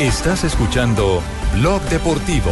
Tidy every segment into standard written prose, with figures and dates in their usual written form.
Estás escuchando Blog Deportivo.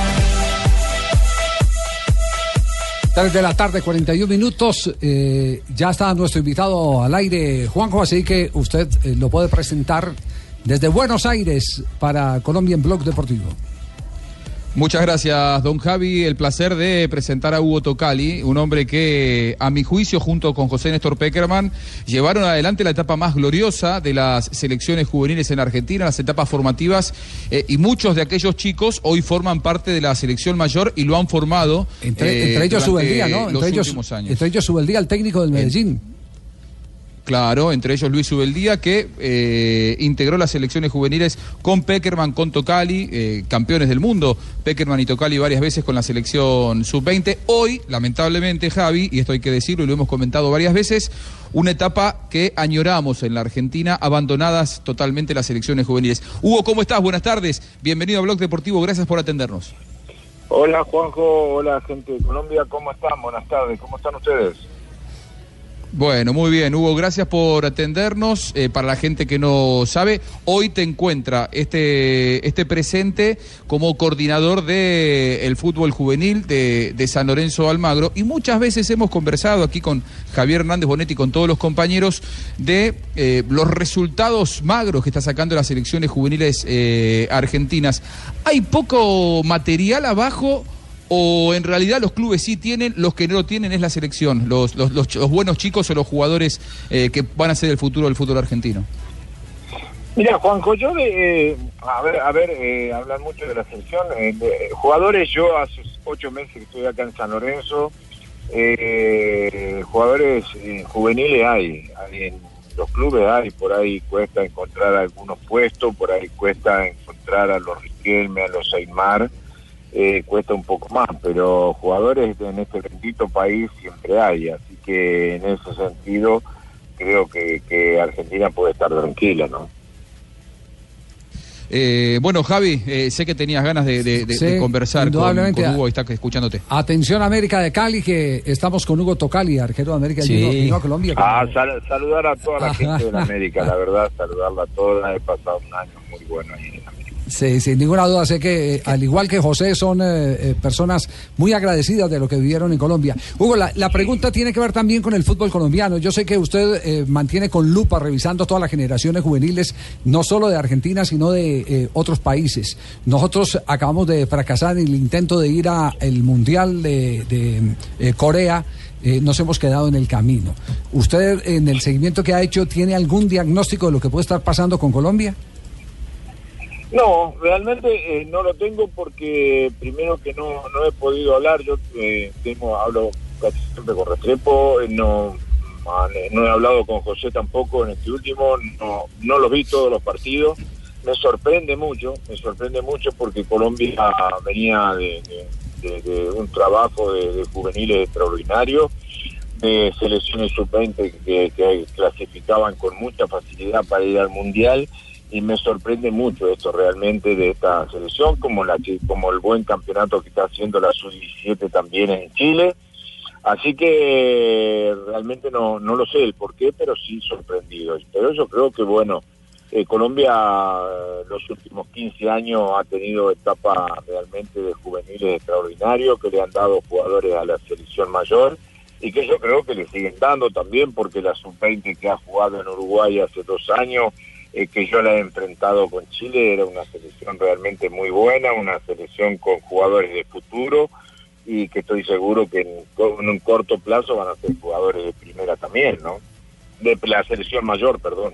3 de la tarde, 41 minutos. Ya está nuestro invitado al aire, Juanjo, así que usted lo puede presentar desde Buenos Aires para Colombia en Blog Deportivo. Muchas gracias, don Javi. El placer de presentar a Hugo Tocali, un hombre que, a mi juicio, junto con José Néstor Peckerman, llevaron adelante la etapa más gloriosa de las selecciones juveniles en Argentina, las etapas formativas, y muchos de aquellos chicos hoy forman parte de la selección mayor y lo han formado. Entre ellos Subeldía, ¿no? Entre ellos Subeldía, el técnico del Medellín. Claro, entre ellos Luis Subeldía, que integró las selecciones juveniles con Peckerman, con Tocali, campeones del mundo, Peckerman y Tocali varias veces con la selección sub-20. Hoy, lamentablemente, Javi, y esto hay que decirlo y lo hemos comentado varias veces, una etapa que añoramos en la Argentina, abandonadas totalmente las selecciones juveniles. Hugo, ¿cómo estás? Buenas tardes, bienvenido a Blog Deportivo, gracias por atendernos. Hola Juanjo, hola gente de Colombia, ¿cómo están? Buenas tardes, ¿cómo están ustedes? Bueno, muy bien, Hugo, gracias por atendernos. Para la gente que no sabe, hoy te encuentra este presente como coordinador del fútbol juvenil de San Lorenzo Almagro, y muchas veces hemos conversado aquí con Javier Hernández Bonetti y con todos los compañeros de los resultados magros que está sacando las selecciones juveniles argentinas. ¿Hay poco material abajo? ¿O en realidad los clubes sí tienen, los que no lo tienen es la selección, los buenos chicos o los jugadores que van a ser el futuro del fútbol argentino? Mira, Juanjo, yo hablar mucho de la selección, jugadores, yo hace 8 meses que estoy acá en San Lorenzo, jugadores juveniles hay en los clubes, por ahí cuesta encontrar algunos puestos, por ahí cuesta encontrar a los Riquelme, a los Aymar, cuesta un poco más, pero jugadores en este bendito país siempre hay, así que en ese sentido creo que Argentina puede estar tranquila, ¿no? Bueno, Javi, sé que tenías ganas de conversar con Hugo y está escuchándote. Atención, América de Cali, que estamos con Hugo Tocali, arquero de América, vino a Colombia. Saludar a toda la gente de la América, la verdad, saludarla a toda, he pasado un año muy bueno ahí en América. Sí, sin ninguna duda, sé que al igual que José son personas muy agradecidas de lo que vivieron en Colombia. Hugo, la pregunta tiene que ver también con el fútbol colombiano. Yo sé que usted mantiene con lupa revisando todas las generaciones juveniles, no solo de Argentina, sino de otros países. Nosotros acabamos de fracasar en el intento de ir al Mundial de Corea. Nos hemos quedado en el camino. ¿Usted, en el seguimiento que ha hecho, tiene algún diagnóstico de lo que puede estar pasando con Colombia? No, realmente no lo tengo porque primero que no he podido hablar, yo hablo casi siempre con Restrepo, no he hablado con José tampoco en este último, no los vi todos los partidos, me sorprende mucho porque Colombia venía de un trabajo de juveniles extraordinario, de selecciones sub-20 que clasificaban con mucha facilidad para ir al Mundial, y me sorprende mucho esto realmente de esta selección, como el buen campeonato que está haciendo la sub-17 también en Chile. Así que realmente no lo sé el por qué, pero sí sorprendido. Pero yo creo que Colombia los últimos 15 años ha tenido etapas realmente de juveniles extraordinarios que le han dado jugadores a la selección mayor, y que yo creo que le siguen dando también, porque la sub-20 que ha jugado en Uruguay hace 2 años, que yo la he enfrentado con Chile, era una selección realmente muy buena, una selección con jugadores de futuro, y que estoy seguro que en un corto plazo van a ser jugadores de primera también, ¿no? De la selección mayor, perdón.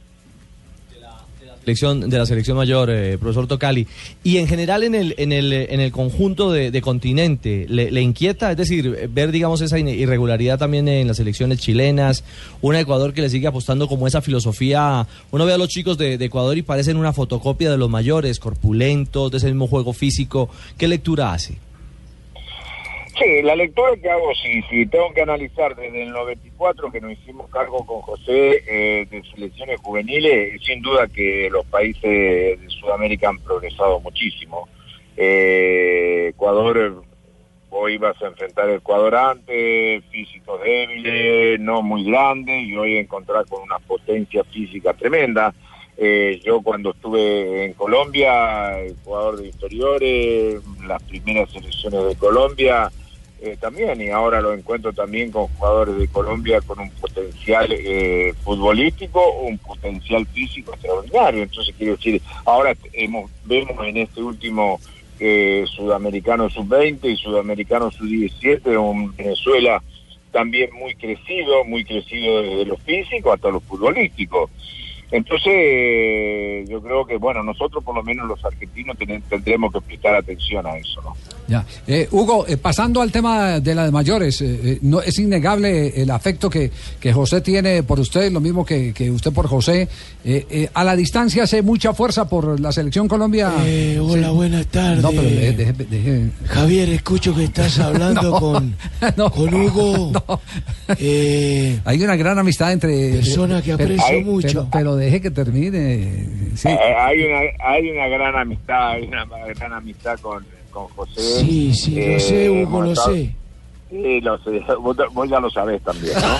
De la selección mayor, profesor Tocali, y en general en el conjunto de continente, ¿le inquieta? Es decir, ver, digamos, esa irregularidad también en las selecciones chilenas, un Ecuador que le sigue apostando como esa filosofía. Uno ve a los chicos de Ecuador y parecen una fotocopia de los mayores, corpulentos, de ese mismo juego físico. ¿Qué lectura hace? Sí, la lectura que hago, si tengo que analizar desde el 94, que nos hicimos cargo con José de selecciones juveniles, sin duda que los países de Sudamérica han progresado muchísimo. Ecuador, vos ibas a enfrentar a Ecuador antes, físicos débiles, no muy grandes, y hoy encontrar con una potencia física tremenda. Yo cuando estuve en Colombia, el jugador de inferiores, las primeras selecciones de Colombia, también, y ahora lo encuentro también con jugadores de Colombia con un potencial futbolístico, un potencial físico extraordinario. Entonces quiero decir, ahora vemos en este último sudamericano sub-20 y sudamericano sub-17 un Venezuela también muy crecido desde lo físico hasta lo futbolístico. Entonces, yo creo que, bueno, nosotros por lo menos los argentinos tendremos que prestar atención a eso, ¿no? Ya. Hugo, pasando al tema de la de mayores, no es innegable el afecto que José tiene por usted, lo mismo que usted por José. A la distancia hace mucha fuerza por la selección Colombia. Hola, sí. Buenas tardes. No, pero deje. Javier, escucho que estás hablando con Hugo. No. Hay una gran amistad entre... Persona que aprecio mucho. Pero deje que termine. Sí. Hay una gran amistad, con José. Sí, lo sé, Hugo, lo sé. Sí, lo sé. Vos ya lo sabés también, ¿no?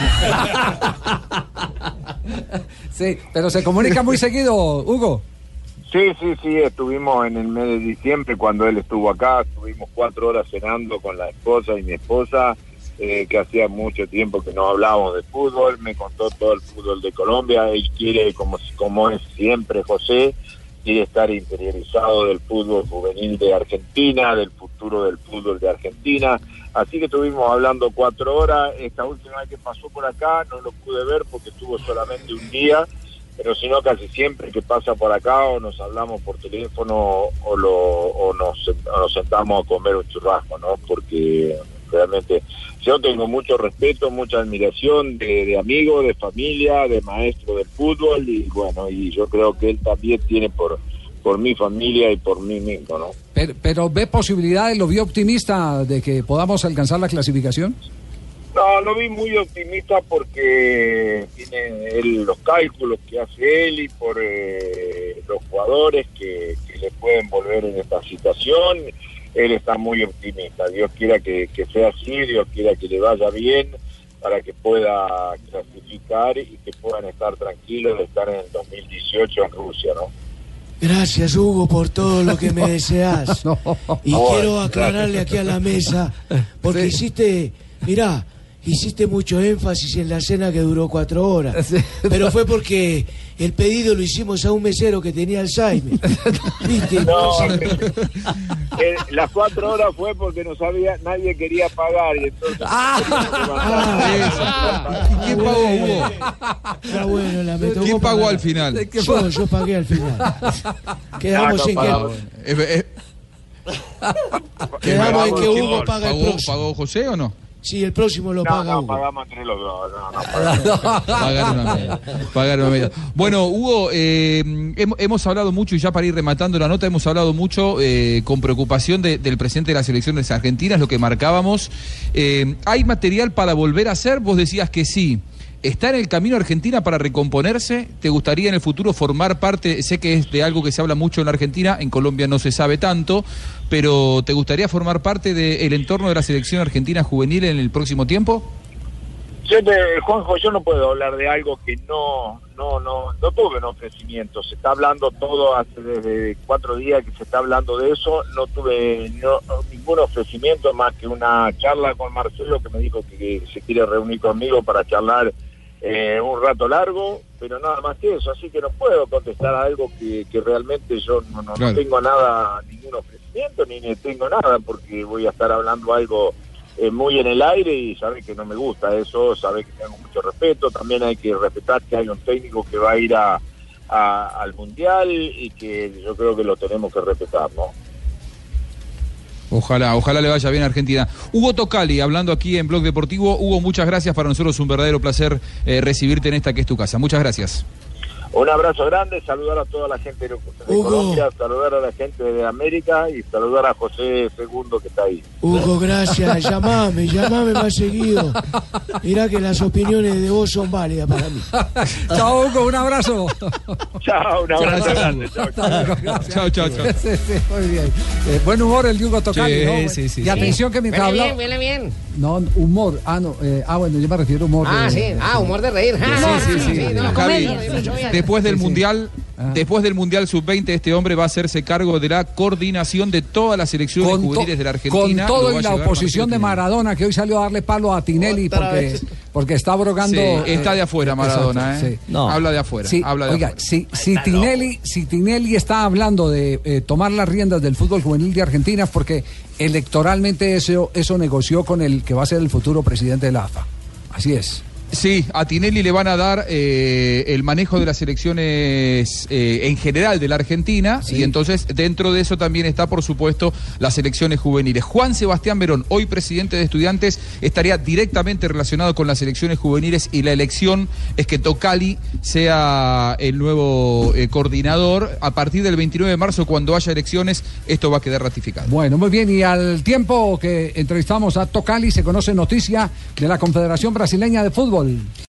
Sí, pero se comunica muy seguido, Hugo. Sí, estuvimos en el mes de diciembre cuando él estuvo acá, estuvimos 4 horas cenando con la esposa y mi esposa, que hacía mucho tiempo que no hablábamos de fútbol, me contó todo el fútbol de Colombia. Él quiere, como es siempre José, quiere estar interiorizado del fútbol juvenil de Argentina, del futuro del fútbol de Argentina, así que estuvimos hablando 4 horas. Esta última vez que pasó por acá no lo pude ver porque estuvo solamente un día, pero si no, casi siempre que pasa por acá o nos hablamos por teléfono o nos sentamos a comer un churrasco, ¿no? Porque realmente yo tengo mucho respeto, mucha admiración de amigos, de familia, de maestro del fútbol, y bueno, y yo creo que él también tiene por mi familia y por mí mismo, ¿no? Pero ¿ve posibilidades, lo vio optimista de que podamos alcanzar la clasificación? No, lo vi muy optimista porque tiene los cálculos que hace él y por los jugadores que le pueden volver en esta situación. Él está muy optimista. Dios quiera que sea así, Dios quiera que le vaya bien para que pueda clasificar y que puedan estar tranquilos de estar en el 2018 en Rusia, ¿no? Gracias, Hugo, por todo lo que me deseas. Y quiero aclararle aquí a la mesa, porque hiciste mucho énfasis en la cena que duró 4 horas, pero fue porque el pedido lo hicimos a un mesero que tenía Alzheimer. ¿Viste? No, las 4 horas fue porque nadie quería pagar y entonces... ¿Quién pagó, Hugo? Está bueno, la meto. ¿Quién pagó al final? Yo pagué al final. Quedamos en que Hugo paga el próximo. ¿Pagó José o no? Sí, el próximo lo paga Hugo. Pagamos entre los dos. Pagar una media. Bueno, Hugo, hemos hablado mucho, y ya para ir rematando la nota, hemos hablado mucho con preocupación del presidente de las selecciones argentinas, lo que marcábamos. ¿Hay material para volver a hacer? Vos decías que sí. ¿Está en el camino Argentina para recomponerse? ¿Te gustaría en el futuro formar parte? Sé que es de algo que se habla mucho en la Argentina, en Colombia no se sabe tanto, pero ¿te gustaría formar parte del entorno de la selección argentina juvenil en el próximo tiempo? Juanjo, yo no puedo hablar de algo que no tuve un ofrecimiento. Se está hablando todo hace desde 4 días que se está hablando de eso. No tuve ningún ofrecimiento más que una charla con Marcelo, que me dijo que se quiere reunir conmigo para charlar un rato largo, pero nada más que eso. Así que no puedo contestar a algo que realmente yo no tengo ningún ofrecimiento, ni tengo nada, porque voy a estar hablando algo muy en el aire y sabe que no me gusta eso, sabe que tengo mucho respeto. También hay que respetar que hay un técnico que va a ir al Mundial y que yo creo que lo tenemos que respetar, ¿no? Ojalá le vaya bien a Argentina. Hugo Tocali, hablando aquí en Blog Deportivo. Hugo, muchas gracias, para nosotros un verdadero placer recibirte en esta que es tu casa. Muchas gracias. Un abrazo grande, saludar a toda la gente de Colombia, saludar a la gente de América y saludar a José II que está ahí. Hugo, gracias, llamame más seguido. Mirá que las opiniones de vos son válidas para mí. Chao, Hugo, un abrazo. Chao, un abrazo grande. Chao. Sí, muy bien. Buen humor el de Hugo Tocali, ¿no? Sí. Y atención que mientras habla... Huele bien. No, humor. Bueno, yo me refiero a humor. Humor de reír. Sí. No, Javi, comedia. después del Mundial, Después del Mundial Sub-20, este hombre va a hacerse cargo de la coordinación de todas las selecciones juveniles de la Argentina. Con todo y la oposición de Maradona, que hoy salió a darle palo a Tinelli porque está abrogando. Sí, está de afuera Maradona, exacto, sí. No. Habla de afuera. Sí, habla de afuera. Si Tinelli está hablando de tomar las riendas del fútbol juvenil de Argentina, porque electoralmente eso negoció con el que va a ser el futuro presidente de la AFA. Así es. Sí, a Tinelli le van a dar el manejo de las selecciones en general de la Argentina, sí. Y entonces dentro de eso también está, por supuesto, las selecciones juveniles. Juan Sebastián Verón, hoy presidente de Estudiantes, estaría directamente relacionado con las selecciones juveniles y la elección es que Tocali sea el nuevo coordinador. A partir del 29 de marzo, cuando haya elecciones, esto va a quedar ratificado. Bueno, muy bien, y al tiempo que entrevistamos a Tocali, se conoce noticia de la Confederación Brasileña de Fútbol.